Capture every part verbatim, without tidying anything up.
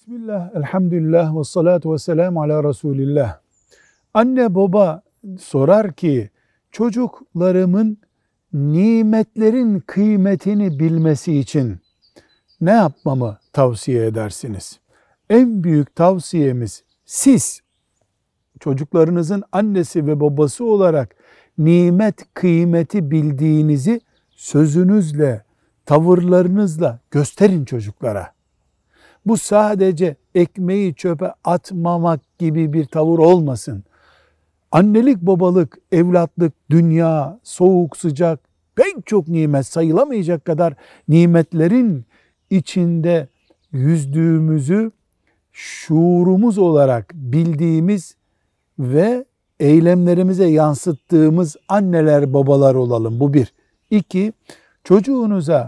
Bismillah, elhamdülillah ve salatu ve selamu ala Resulillah. Anne baba sorar ki çocuklarımın nimetlerin kıymetini bilmesi için ne yapmamı tavsiye edersiniz? En büyük tavsiyemiz siz çocuklarınızın annesi ve babası olarak nimet kıymeti bildiğinizi sözünüzle, tavırlarınızla gösterin çocuklara. Bu sadece ekmeği çöpe atmamak gibi bir tavır olmasın. Annelik, babalık, evlatlık, dünya, soğuk, sıcak, pek çok nimet, sayılamayacak kadar nimetlerin içinde yüzdüğümüzü şuurumuz olarak bildiğimiz ve eylemlerimize yansıttığımız anneler, babalar olalım. Bu bir. İki, çocuğunuza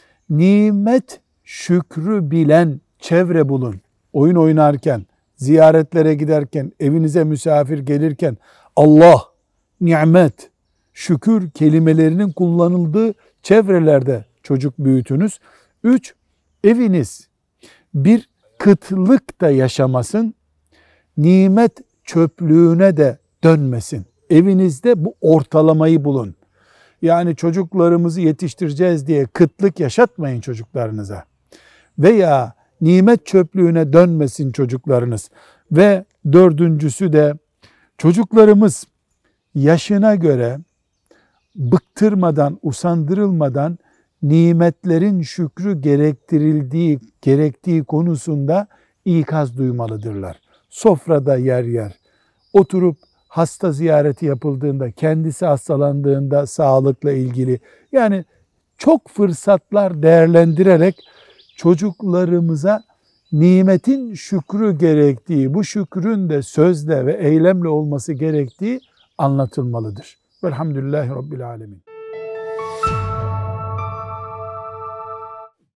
nimet şükrü bilen çevre bulun. Oyun oynarken, ziyaretlere giderken, evinize misafir gelirken Allah, nimet, şükür kelimelerinin kullanıldığı çevrelerde çocuk büyütünüz. Üç, eviniz bir kıtlık da yaşamasın, nimet çöplüğüne de dönmesin. Evinizde bu ortalamayı bulun. Yani çocuklarımızı yetiştireceğiz diye kıtlık yaşatmayın çocuklarınıza. Veya nimet çöplüğüne dönmesin çocuklarınız. Ve dördüncüsü de çocuklarımız yaşına göre bıktırmadan, usandırılmadan nimetlerin şükrü gerektirildiği, gerektiği konusunda ikaz duymalıdırlar. Sofrada yer yer, oturup hasta ziyareti yapıldığında, kendisi hastalandığında sağlıkla ilgili, yani çok fırsatlar değerlendirerek çocuklarımıza nimetin şükrü gerektiği, bu şükrün de sözle ve eylemle olması gerektiği anlatılmalıdır. Velhamdülillahi Rabbil Alemin.